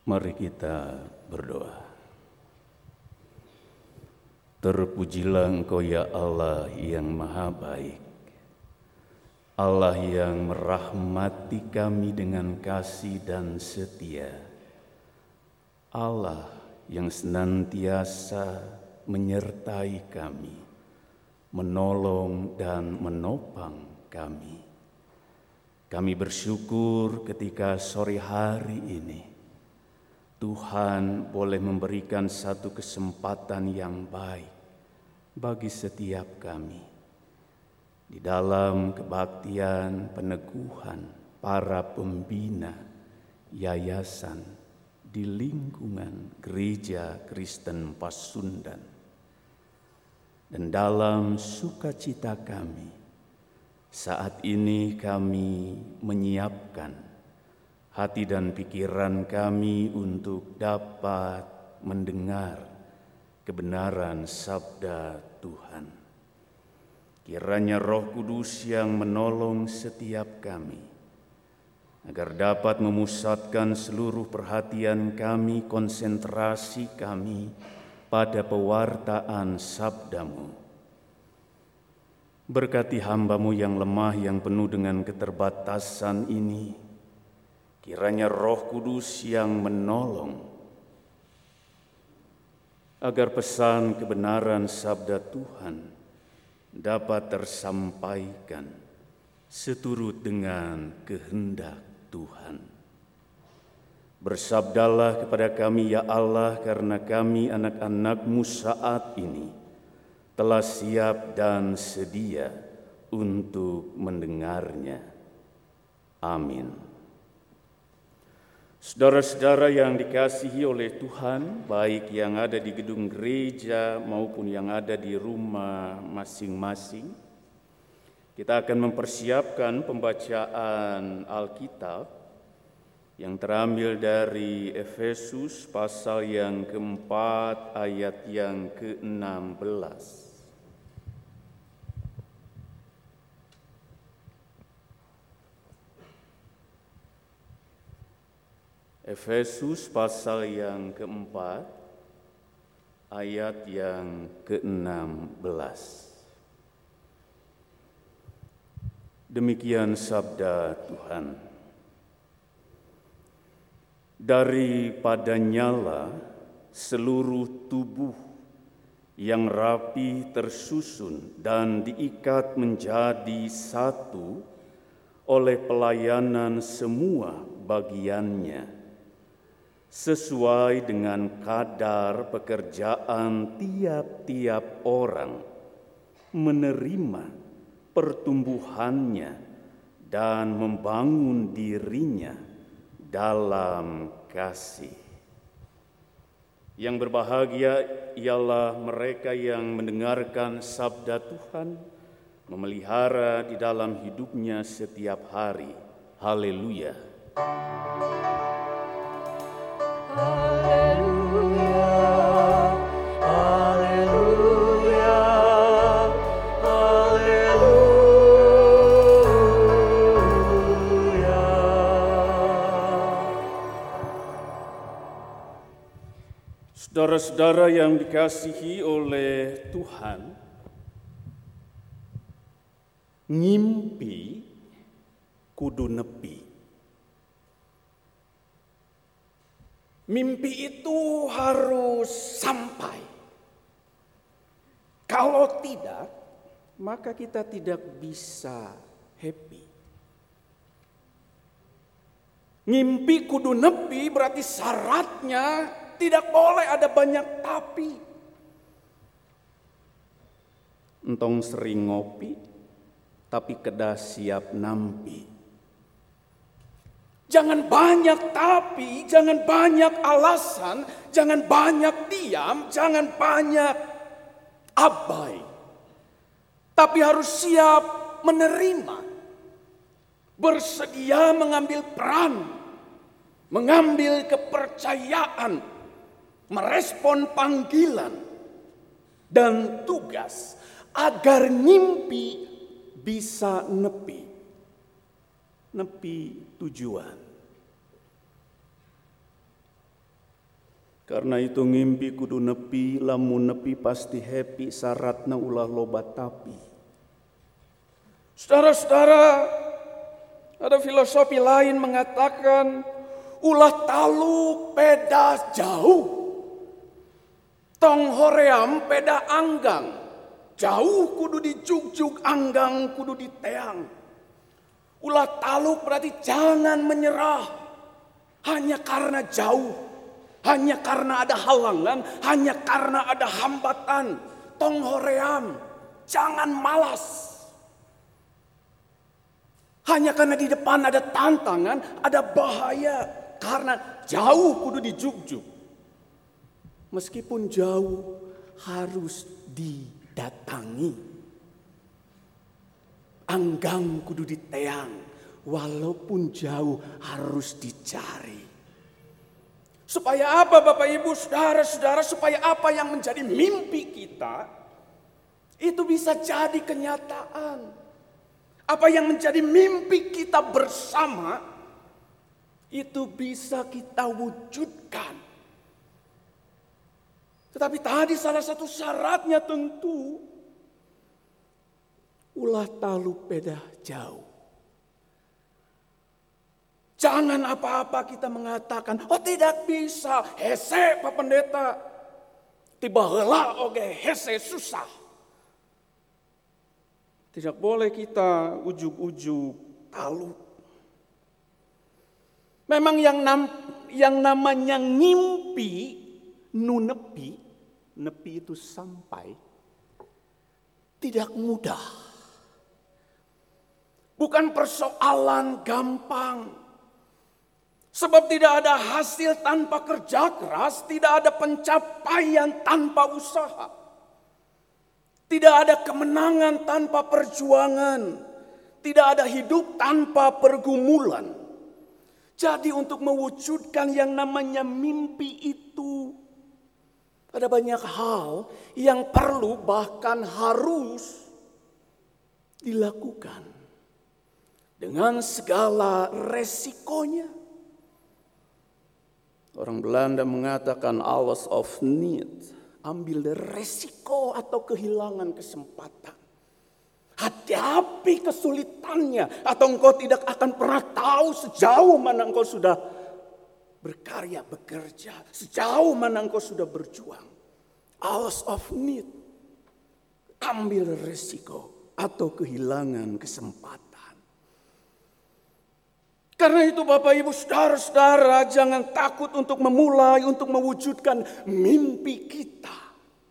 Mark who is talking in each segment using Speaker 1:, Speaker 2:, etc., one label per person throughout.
Speaker 1: Mari kita berdoa. Terpujilah Engkau ya Allah yang maha baik, Allah yang merahmati kami dengan kasih dan setia, Allah yang senantiasa menyertai kami, menolong dan menopang kami. Kami bersyukur ketika sore hari ini Tuhan boleh memberikan satu kesempatan yang baik bagi setiap kami di dalam kebaktian peneguhan para pembina yayasan di lingkungan Gereja Kristen Pasundan. Dan dalam sukacita kami, saat ini kami menyiapkan hati dan pikiran kami untuk dapat mendengar kebenaran sabda Tuhan. Kiranya Roh Kudus yang menolong setiap kami, agar dapat memusatkan seluruh perhatian kami, konsentrasi kami pada pewartaan sabda-Mu. Berkati hamba-Mu yang lemah, yang penuh dengan keterbatasan ini. Kiranya Roh Kudus yang menolong agar pesan kebenaran sabda Tuhan dapat tersampaikan seturut dengan kehendak Tuhan. Bersabdalah kepada kami ya Allah, karena kami anak-anak-Mu saat ini telah siap dan sedia untuk mendengarnya. Amin. Saudara-saudara yang dikasihi oleh Tuhan, baik yang ada di gedung gereja maupun yang ada di rumah masing-masing, kita akan mempersiapkan pembacaan Alkitab yang terambil dari Efesus pasal yang keempat ayat yang ke-16. Efesus pasal yang keempat, ayat yang ke-16. Demikian sabda Tuhan. Daripadanya seluruh tubuh yang rapi tersusun dan diikat menjadi satu oleh pelayanan semua bagiannya, sesuai dengan kadar pekerjaan tiap-tiap orang, menerima pertumbuhannya dan membangun dirinya dalam kasih. Yang berbahagia ialah mereka yang mendengarkan sabda Tuhan, memelihara di dalam hidupnya setiap hari. Haleluya. Saudara-saudara yang dikasihi oleh Tuhan, ngimpi kudu nepi. Mimpi itu harus sampai. Kalau tidak, maka kita tidak bisa happy. Ngimpi kudu nepi berarti syaratnya tidak boleh ada banyak tapi. Entong sering ngopi, tapi kedah siap nampi. Jangan banyak tapi, jangan banyak alasan, jangan banyak diam, jangan banyak abai. Tapi harus siap menerima, bersedia mengambil peran, mengambil kepercayaan, merespon panggilan dan tugas agar mimpi bisa nepi tujuan. Karena itu ngimpi kudu nepi, lamun nepi pasti happy, syaratna ulah loba tapi.
Speaker 2: Saudara-saudara, ada filosofi lain mengatakan ulah taluk peda jauh. Tong hoream peda anggang. Jauh kudu dijuk-juk, anggang kudu diteang. Ulah taluk berarti jangan menyerah. Hanya karena jauh. Hanya karena ada halangan. Hanya karena ada hambatan. Tong hoream. Jangan malas. Hanya karena di depan ada tantangan, ada bahaya. Karena jauh kudu dijuk-juk. Meskipun jauh harus didatangi. Anggang kudu diteang. Walaupun jauh harus dicari. Supaya apa Bapak Ibu Saudara-saudara? Supaya apa yang menjadi mimpi kita itu bisa jadi kenyataan. Apa yang menjadi mimpi kita bersama itu bisa kita wujudkan. Tetapi tadi salah satu syaratnya tentu ulah talu peda jauh. Jangan apa-apa kita mengatakan, oh tidak bisa, hese Pak Pendeta. Tiba heula oge hese susah. Tidak boleh kita ujug-ujug talu. Memang yang namanya ngimpi, nepi itu sampai, tidak mudah. Bukan persoalan gampang. Sebab tidak ada hasil tanpa kerja keras, tidak ada pencapaian tanpa usaha. Tidak ada kemenangan tanpa perjuangan. Tidak ada hidup tanpa pergumulan. Jadi untuk mewujudkan yang namanya mimpi itu, ada banyak hal yang perlu bahkan harus dilakukan. Dengan segala resikonya. Orang Belanda mengatakan hours of need. Ambil resiko atau kehilangan kesempatan. Hadapi kesulitannya. Atau engkau tidak akan pernah tahu sejauh mana engkau sudah berkarya, bekerja. Sejauh mana engkau sudah berjuang. Hours of need. Ambil resiko atau kehilangan kesempatan. Karena itu Bapak Ibu Saudara-saudara, jangan takut untuk memulai, untuk mewujudkan mimpi kita.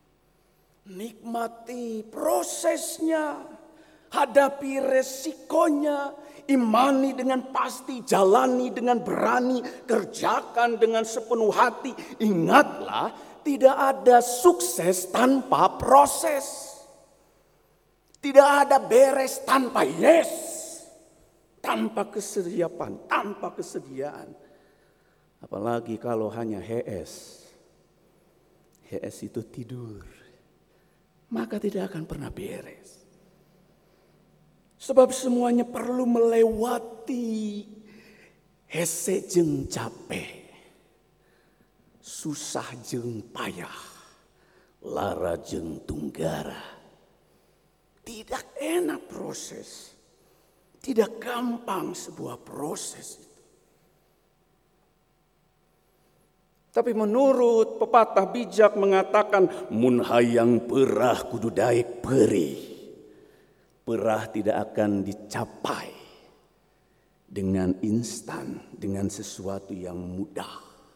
Speaker 2: Nikmati prosesnya, hadapi resikonya, imani dengan pasti, jalani dengan berani, kerjakan dengan sepenuh hati. Ingatlah, tidak ada sukses tanpa proses. Tidak ada beres tanpa yes. Tanpa kesediaan, tanpa kesediaan. Apalagi kalau hanya HS. HS itu tidur. Maka tidak akan pernah beres. Sebab semuanya perlu melewati hese jeung capek. Susah jeung payah. Lara jeung tunggara. Tidak enak proses. Tidak gampang sebuah proses itu. Tapi menurut pepatah bijak mengatakan, mun hayang perah kudu daek perih. Perah tidak akan dicapai dengan instan, dengan sesuatu yang mudah.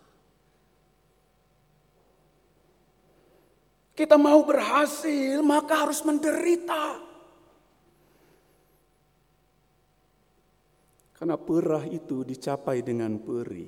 Speaker 2: Kita mau berhasil, maka harus menderita. Karena perah itu dicapai dengan perih.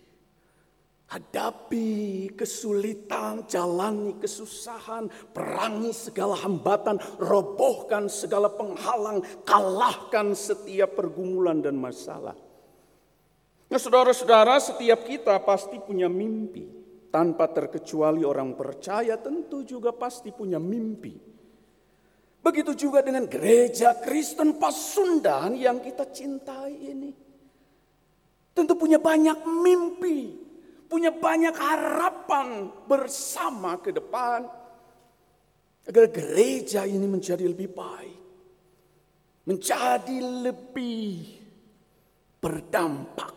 Speaker 2: Hadapi kesulitan, jalani kesusahan, perangi segala hambatan, robohkan segala penghalang, kalahkan setiap pergumulan dan masalah. Nah, saudara-saudara, setiap kita pasti punya mimpi. Tanpa terkecuali orang percaya tentu juga pasti punya mimpi. Begitu juga dengan gereja Kristen Pasundan yang kita cintai ini. Tentu punya banyak mimpi, punya punya banyak harapan bersama ke depan. Agar gereja ini menjadi lebih baik. Menjadi lebih berdampak.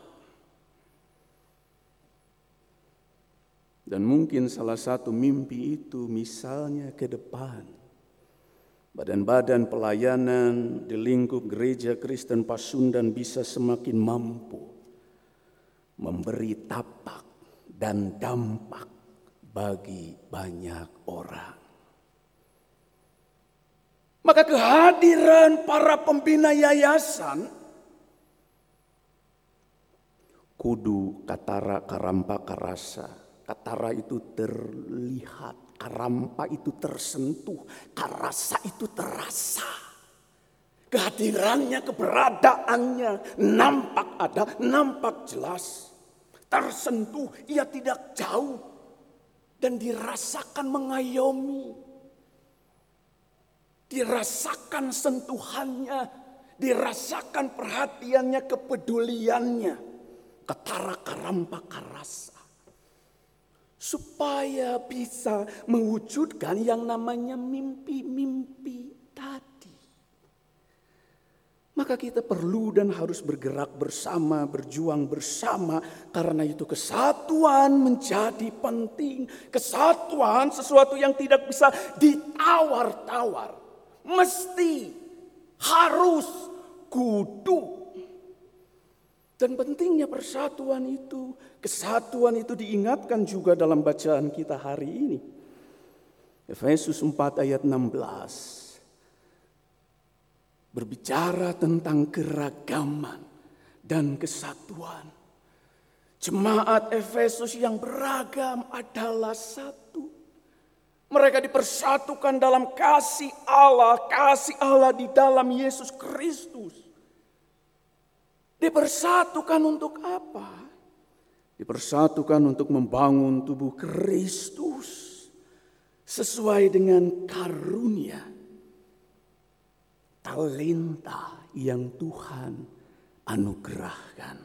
Speaker 2: Dan mungkin salah satu mimpi itu misalnya ke depan. Badan-badan pelayanan di lingkup Gereja Kristen Pasundan bisa semakin mampu memberi tapak dan dampak bagi banyak orang. Maka kehadiran para pembina yayasan kudu katara karampa karasa. Katara itu terlihat, karampa itu tersentuh, karasa itu terasa. Kehadirannya, keberadaannya nampak ada, nampak jelas. Tersentuh, ia tidak jauh dan dirasakan mengayomi. Dirasakan sentuhannya, dirasakan perhatiannya, kepeduliannya. Katara karampa karasa. Supaya bisa mewujudkan yang namanya mimpi-mimpi tadi. Maka kita perlu dan harus bergerak bersama, berjuang bersama. Karena itu kesatuan menjadi penting. Kesatuan sesuatu yang tidak bisa ditawar-tawar. Mesti, harus, kudu. Dan pentingnya persatuan itu, kesatuan itu diingatkan juga dalam bacaan kita hari ini. Efesus 4 ayat 16. Berbicara tentang keragaman dan kesatuan. Jemaat Efesus yang beragam adalah satu. Mereka dipersatukan dalam kasih Allah di dalam Yesus Kristus. Dipersatukan untuk apa? Dipersatukan untuk membangun tubuh Kristus sesuai dengan karunia, talenta yang Tuhan anugerahkan.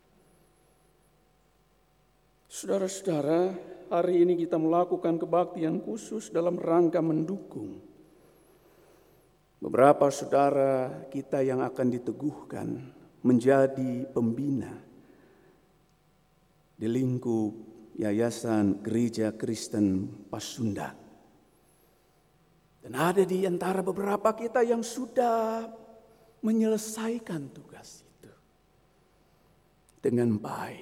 Speaker 2: Saudara-saudara, hari ini kita melakukan kebaktian khusus dalam rangka mendukung beberapa saudara kita yang akan diteguhkan menjadi pembina di lingkup Yayasan Gereja Kristen Pasundan. Dan ada di antara beberapa kita yang sudah menyelesaikan tugas itu dengan baik.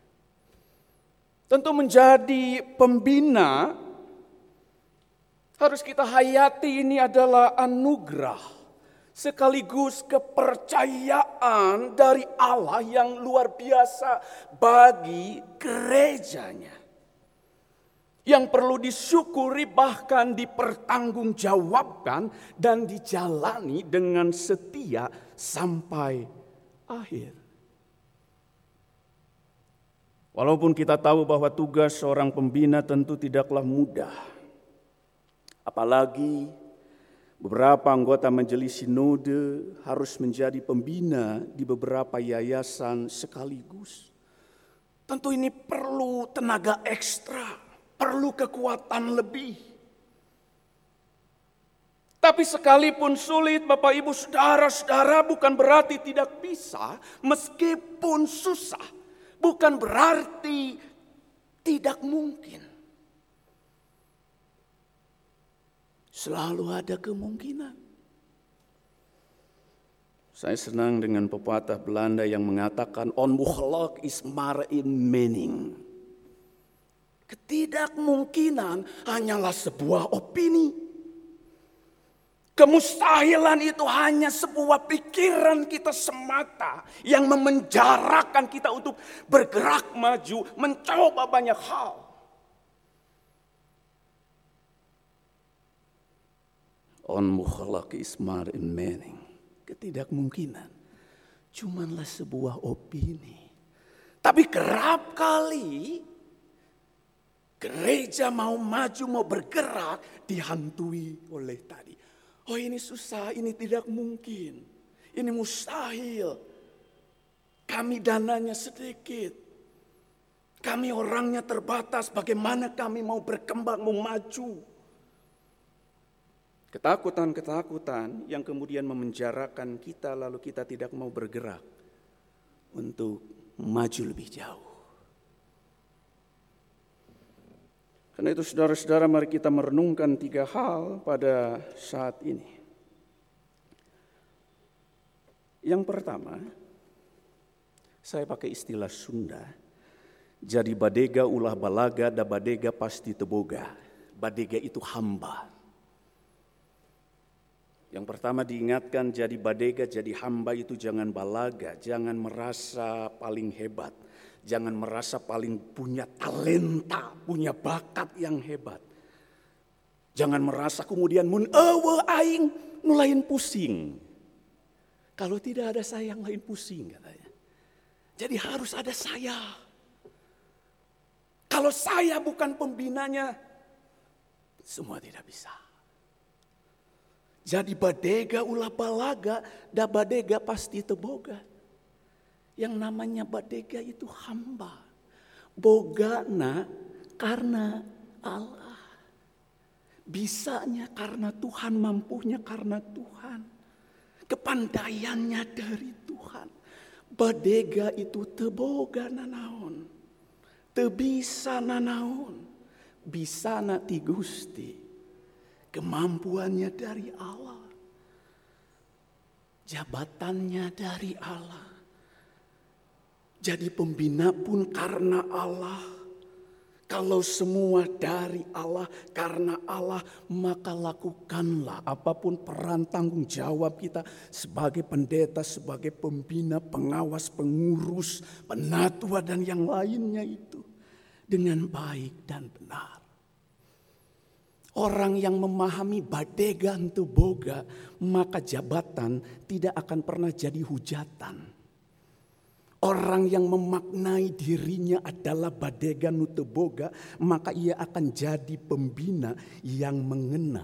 Speaker 2: Tentu menjadi pembina harus kita hayati ini adalah anugerah. Sekaligus kepercayaan dari Allah yang luar biasa bagi gerejanya. Yang perlu disyukuri bahkan dipertanggungjawabkan dan dijalani dengan setia sampai akhir. Walaupun kita tahu bahwa tugas seorang pembina tentu tidaklah mudah. Apalagi beberapa anggota majelis sinode harus menjadi pembina di beberapa yayasan sekaligus. Tentu ini perlu tenaga ekstra, perlu kekuatan lebih. Tapi sekalipun sulit, Bapak Ibu Saudara-saudara, bukan berarti tidak bisa, meskipun susah, bukan berarti tidak mungkin. Selalu ada kemungkinan. Saya senang dengan pepatah Belanda yang mengatakan onmogelijk is maar een mening. Ketidakmungkinan hanyalah sebuah opini. Kemustahilan itu hanya sebuah pikiran kita semata yang memenjarakan kita untuk bergerak maju, mencoba banyak hal. Onmogelijk is maar een mening. Ketidakmungkinan cumanlah sebuah opini. Tapi kerap kali gereja mau maju, mau bergerak dihantui oleh tadi. Oh ini susah, ini tidak mungkin. Ini mustahil. Kami dananya sedikit. Kami orangnya terbatas, bagaimana kami mau berkembang, mau maju? Ketakutan-ketakutan yang kemudian memenjarakan kita, lalu kita tidak mau bergerak untuk maju lebih jauh. Karena itu saudara-saudara, mari kita merenungkan 3 hal pada saat ini. Yang pertama, saya pakai istilah Sunda. Jadi badega ulah balaga, da badega pasti teboga. Badega itu hamba. Yang pertama diingatkan, jadi badega, jadi hamba itu jangan balaga, jangan merasa paling hebat, jangan merasa paling punya talenta, punya bakat yang hebat. Jangan merasa kemudian mun eueuh aing nu lain pusing. Kalau tidak ada saya yang lain pusing katanya. Jadi harus ada saya. Kalau saya bukan pembinanya, semua tidak bisa. Jadi badega ulah balaga, da badega pasti teboga. Yang namanya badega itu hamba. Bogana karena Allah. Bisanya karena Tuhan, mampunya karena Tuhan. Kepandaiannya dari Tuhan. Badega itu teboga nanaon. Tebisa nanaon. Bisana ti Gusti. Kemampuannya dari Allah. Jabatannya dari Allah. Jadi pembina pun karena Allah. Kalau semua dari Allah, karena Allah, maka lakukanlah apapun peran tanggung jawab kita sebagai pendeta, sebagai pembina, pengawas, pengurus, penatua dan yang lainnya itu dengan baik dan benar. Orang yang memahami badega ente boga, maka jabatan tidak akan pernah jadi hujatan. Orang yang memaknai dirinya adalah badega nutu boga, maka ia akan jadi pembina yang mengena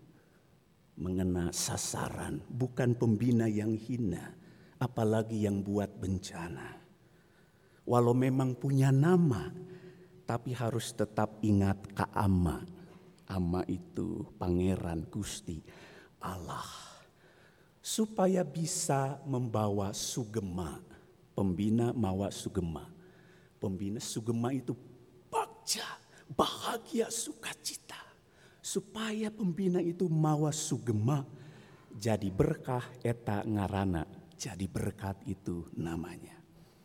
Speaker 2: sasaran, bukan pembina yang hina, apalagi yang buat bencana. Walau memang punya nama, tapi harus tetap ingat Ka'ama. Ama itu Pangeran Gusti Allah. Supaya bisa membawa sugema. Pembina mawa sugema. Pembina sugema itu bagja, bahagia, sukacita. Supaya pembina itu mawa sugema. Jadi berkah eta ngarana. Jadi berkat itu namanya.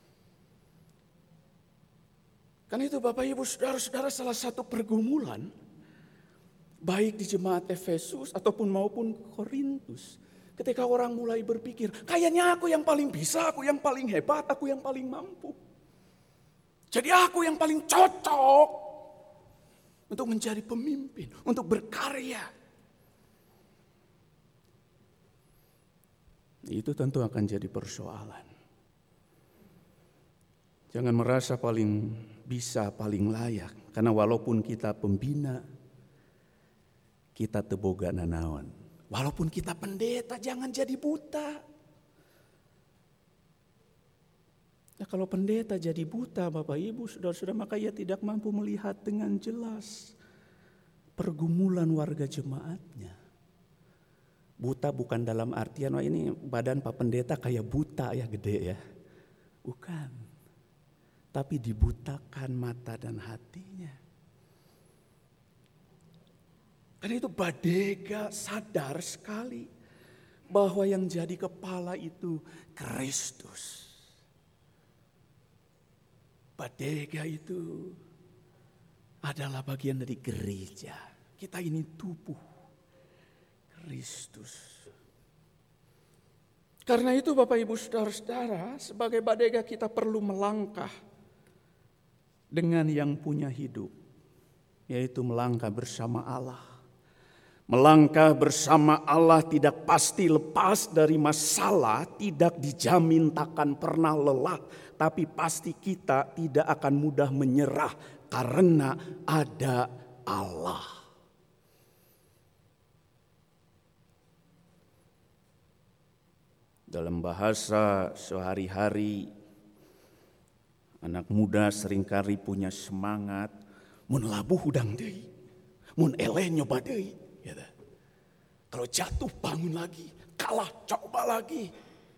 Speaker 2: Karena itu Bapak Ibu Saudara-saudara, salah satu pergumulan baik di jemaat Efesus ataupun maupun Korintus. Ketika orang mulai berpikir, kayaknya aku yang paling bisa, aku yang paling hebat, aku yang paling mampu. Jadi aku yang paling cocok untuk menjadi pemimpin, untuk berkarya. Itu tentu akan jadi persoalan. Jangan merasa paling bisa, paling layak. Karena walaupun kita pembina, kita teboga nanaon. Walaupun kita pendeta, jangan jadi buta. Nah, kalau pendeta jadi buta, Bapak Ibu, saudara-saudara, maka ia tidak mampu melihat dengan jelas pergumulan warga jemaatnya. Buta bukan dalam artian, wah ini badan Pak Pendeta kayak buta ya, gede ya. Bukan. Tapi dibutakan mata dan hatinya. Karena itu badega sadar sekali bahwa yang jadi kepala itu Kristus. Badega itu adalah bagian dari gereja. Kita ini tubuh Kristus. Karena itu Bapak Ibu Saudara-saudara, sebagai badega kita perlu melangkah dengan yang punya hidup. Yaitu melangkah bersama Allah. Melangkah bersama Allah tidak pasti lepas dari masalah, tidak dijamin takkan pernah lelah, tapi pasti kita tidak akan mudah menyerah karena ada Allah. Dalam bahasa sehari-hari Anak muda seringkali punya semangat, mun labuh hudang deui, mun eleh nyoba deui. Gitu. Kalau jatuh bangun lagi, kalah coba lagi.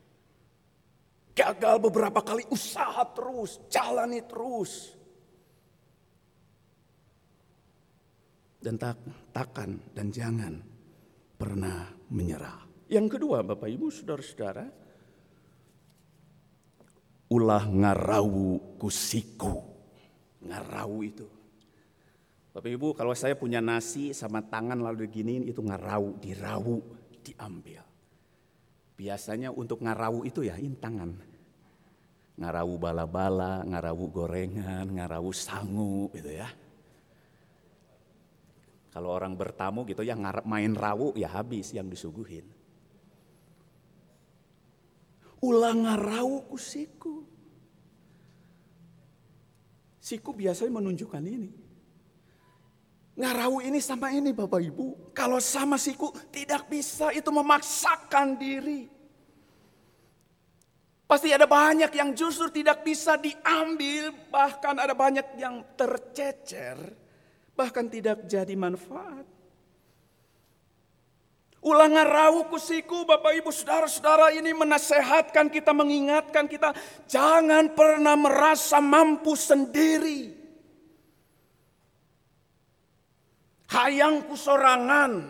Speaker 2: Gagal beberapa kali usaha terus, jalani terus. Dan takkan dan jangan pernah menyerah. Yang kedua Bapak Ibu Saudara-saudara, ulah ngarawu kusiku. Ngarawu itu. Bapak Ibu, kalau saya punya nasi sama tangan lalu diginiin, itu ngarawu, dirawu, diambil. Biasanya untuk ngarawu itu ya ini tangan. Ngarawu bala-bala, ngarawu gorengan, ngarawu sangu gitu ya. Kalau orang bertamu gitu ya main rawu ya habis yang disuguhin. Ulah ngarawu kusiku. Siku biasanya menunjukkan ini. Ngarawu ini sama ini Bapak Ibu. Kalau sama siku tidak bisa, itu memaksakan diri. Pasti ada banyak yang justru tidak bisa diambil. Bahkan ada banyak yang tercecer. Bahkan tidak jadi manfaat. Ulah ngarawu kusiku Bapak Ibu Saudara-saudara, ini menasehatkan kita, mengingatkan kita. Jangan pernah merasa mampu sendiri. Hayang kusorangan.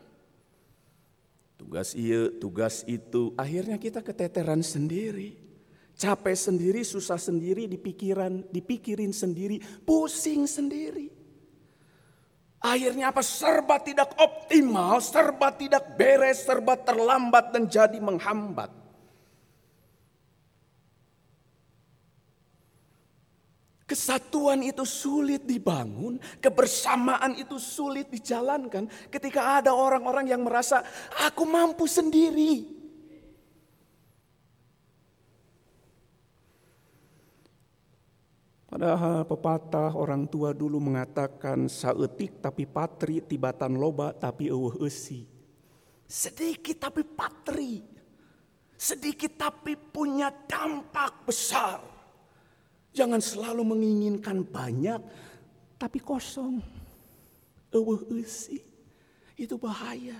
Speaker 2: Tugas iya, tugas itu. Akhirnya kita keteteran sendiri. Capek sendiri, susah sendiri, dipikirin sendiri, pusing sendiri. Akhirnya apa? Serba tidak optimal, serba tidak beres, serba terlambat dan jadi menghambat. Kesatuan itu sulit dibangun, kebersamaan itu sulit dijalankan ketika ada orang-orang yang merasa aku mampu sendiri. Padahal pepatah orang tua dulu mengatakan saeutik tapi patri, tibatan loba tapi eueuh eusi. Sedikit tapi patri, sedikit tapi punya dampak besar. Jangan selalu menginginkan banyak tapi kosong, eueuh eusi. Itu bahaya.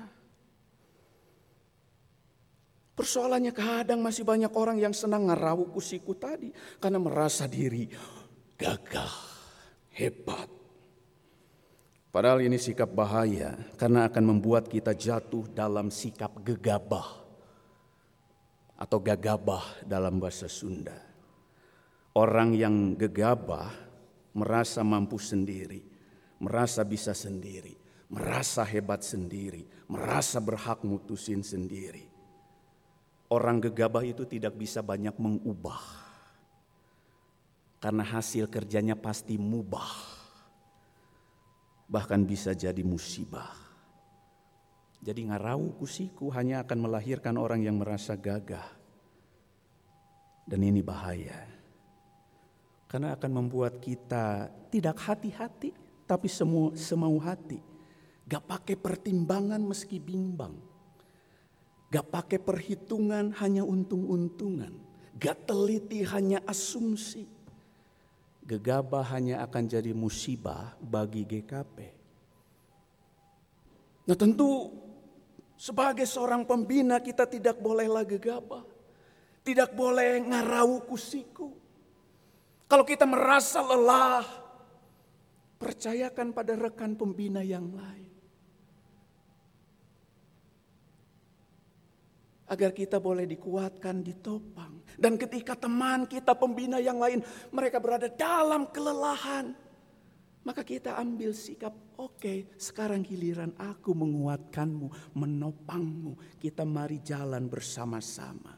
Speaker 2: Persoalannya kadang masih banyak orang yang senang ngarawu kusiku tadi karena merasa diri gagah, hebat. Padahal ini sikap bahaya karena akan membuat kita jatuh dalam sikap gegabah atau gagabah dalam bahasa Sunda. Orang yang gegabah merasa mampu sendiri, merasa bisa sendiri, merasa hebat sendiri, merasa berhak mutusin sendiri. Orang gegabah itu tidak bisa banyak mengubah. Karena hasil kerjanya pasti mubah. Bahkan bisa jadi musibah. Jadi ngarawu kusiku hanya akan melahirkan orang yang merasa gagah. Dan ini bahaya. Karena akan membuat kita tidak hati-hati, tapi semau hati. Gak pakai pertimbangan meski bimbang. Gak pakai perhitungan hanya untung-untungan. Gak teliti hanya asumsi. Gegabah hanya akan jadi musibah bagi GKP. Nah tentu sebagai seorang pembina kita tidak bolehlah gegabah. Tidak boleh ngarawu kusiku. Kalau kita merasa lelah, percayakan pada rekan pembina yang lain. Agar kita boleh dikuatkan, ditopang. Dan ketika teman kita pembina yang lain, mereka berada dalam kelelahan, maka kita ambil sikap, oke, sekarang giliran aku menguatkanmu, menopangmu. Kita mari jalan bersama-sama.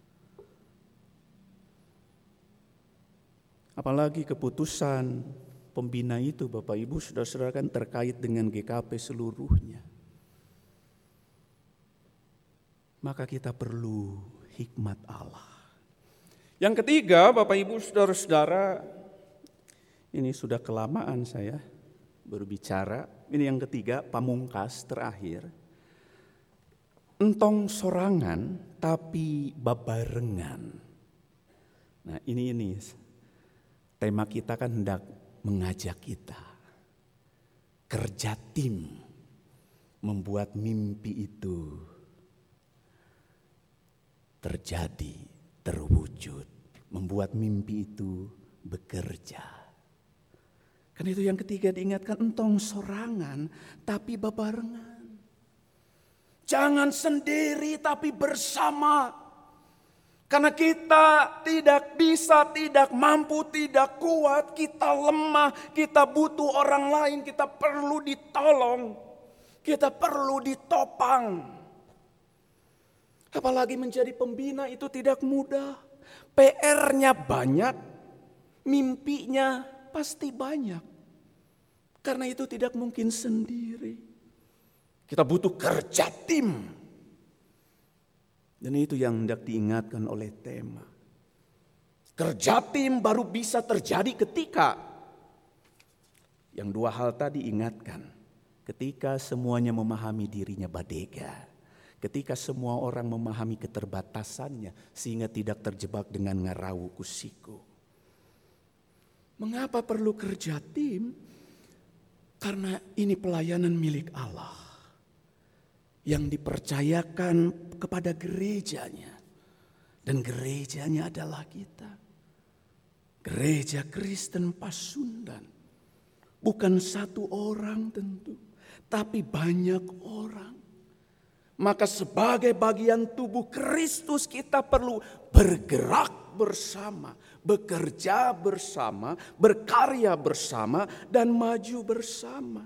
Speaker 2: Apalagi keputusan pembina itu Bapak Ibu Saudara-saudara kan terkait dengan GKP seluruhnya. Maka kita perlu hikmat Allah. Yang ketiga Bapak Ibu Saudara-saudara, ini sudah kelamaan saya berbicara. Ini yang ketiga, pamungkas terakhir. Entong sorangan tapi babarengan. Nah ini. tema kita kan hendak mengajak kita kerja tim membuat mimpi itu terjadi, terwujud, membuat mimpi itu bekerja. Karena itu yang ketiga diingatkan, entong sorangan tapi bebarengan. Jangan sendiri tapi bersama. Karena kita tidak bisa, tidak mampu, tidak kuat, kita lemah, kita butuh orang lain, kita perlu ditolong, kita perlu ditopang. Apalagi menjadi pembina itu tidak mudah. PR-nya banyak, mimpinya pasti banyak. Karena itu tidak mungkin sendiri. Kita butuh kerja tim. Dan itu yang hendak diingatkan oleh tema. Kerja tim baru bisa terjadi ketika yang dua hal tadi ingatkan. Ketika semuanya memahami dirinya badega. Ketika semua orang memahami keterbatasannya sehingga tidak terjebak dengan ngarawu kusiku. Mengapa perlu kerja tim? Karena ini pelayanan milik Allah yang dipercayakan kepada gerejanya. Dan gerejanya adalah kita. Gereja Kristen Pasundan. Bukan satu orang tentu, tapi banyak orang. Maka sebagai bagian tubuh Kristus kita perlu bergerak bersama, bekerja bersama, berkarya bersama, dan maju bersama.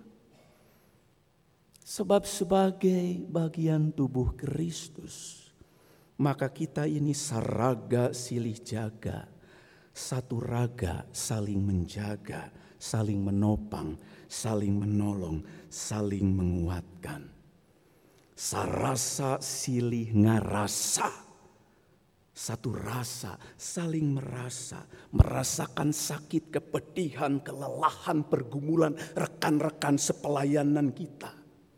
Speaker 2: Sebab sebagai bagian tubuh Kristus, maka kita ini saraga silih jaga, satu raga saling menjaga, saling menopang, saling menolong, saling menguatkan. Sarasa silih ngarasa, satu rasa saling merasa, merasakan sakit, kepedihan, kelelahan, pergumulan rekan-rekan sepelayanan kita.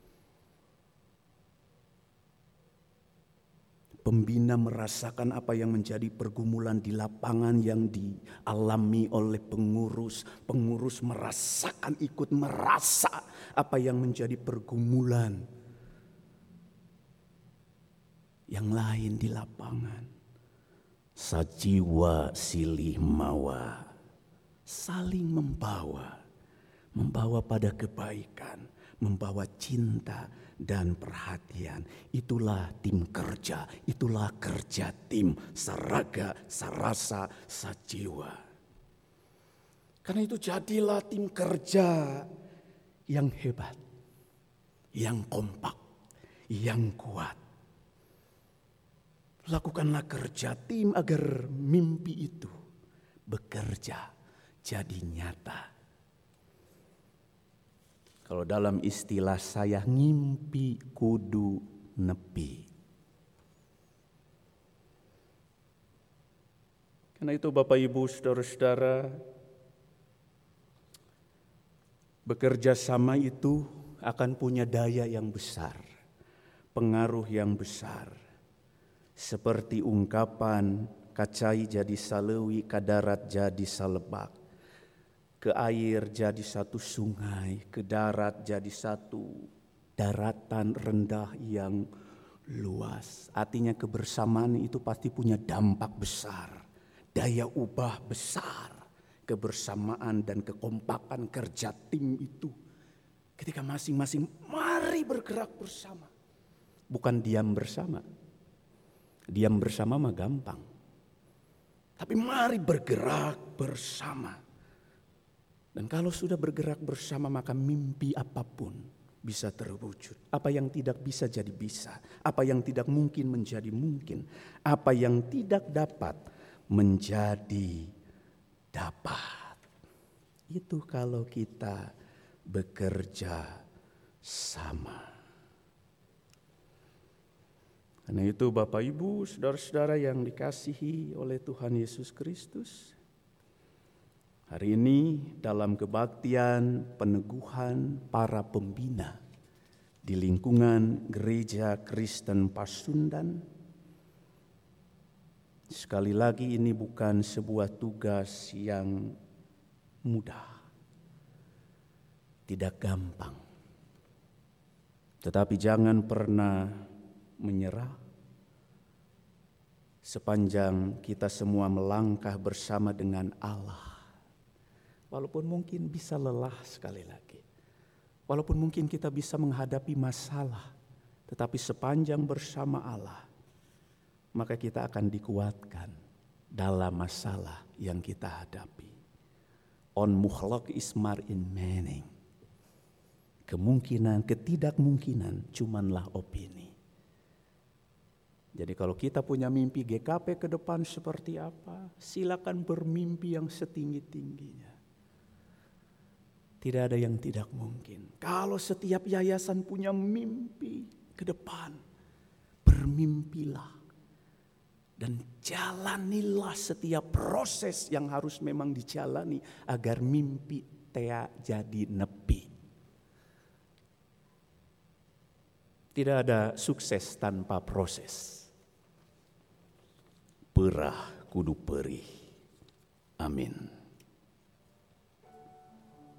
Speaker 2: Pembina merasakan apa yang menjadi pergumulan di lapangan yang dialami oleh pengurus. Pengurus merasakan, ikut merasa apa yang menjadi pergumulan yang lain di lapangan. Sajiwa silih mawa, saling membawa pada kebaikan, membawa cinta dan perhatian. Itulah tim kerja, itulah kerja tim, saraga, sarasa, sajiwa. Karena itu jadilah tim kerja yang hebat, yang kompak, yang kuat. Lakukanlah kerja tim agar mimpi itu bekerja jadi nyata. Kalau dalam istilah saya, ngimpi kudu nepi. Karena itu Bapak Ibu saudara-saudara, bekerja sama itu akan punya daya yang besar, pengaruh yang besar. Seperti ungkapan kacai jadi salewi, ke darat jadi salebak. Ke air jadi satu sungai, ke darat jadi satu daratan rendah yang luas. Artinya kebersamaan itu pasti punya dampak besar, daya ubah besar. Kebersamaan dan kekompakan kerja tim itu ketika masing-masing mari bergerak bersama. Bukan diam bersama. Diam bersama mah gampang. Tapi mari bergerak bersama. Dan kalau sudah bergerak bersama maka mimpi apapun bisa terwujud. Apa yang tidak bisa jadi bisa. Apa yang tidak mungkin menjadi mungkin. Apa yang tidak dapat menjadi dapat. Itu kalau kita bekerja sama. Karena itu Bapak Ibu, saudara-saudara yang dikasihi oleh Tuhan Yesus Kristus. Hari ini dalam kebaktian peneguhan para pembina di lingkungan Gereja Kristen Pasundan. Sekali lagi ini bukan sebuah tugas yang mudah, tidak gampang. Tetapi jangan pernah menyerah sepanjang kita semua melangkah bersama dengan Allah. Walaupun mungkin bisa lelah sekali lagi. Walaupun mungkin kita bisa menghadapi masalah. Tetapi sepanjang bersama Allah, maka kita akan dikuatkan dalam masalah yang kita hadapi. On mukhlaq ismar in meaning. Kemungkinan, ketidakmungkinan cumanlah opini. Jadi kalau kita punya mimpi GKP ke depan seperti apa, silakan bermimpi yang setinggi-tingginya. Tidak ada yang tidak mungkin. Kalau setiap yayasan punya mimpi ke depan, bermimpilah. Dan jalanilah setiap proses yang harus memang dijalani agar mimpi tea jadi nepi. Tidak ada sukses tanpa proses. Perah kudu perih. Amin.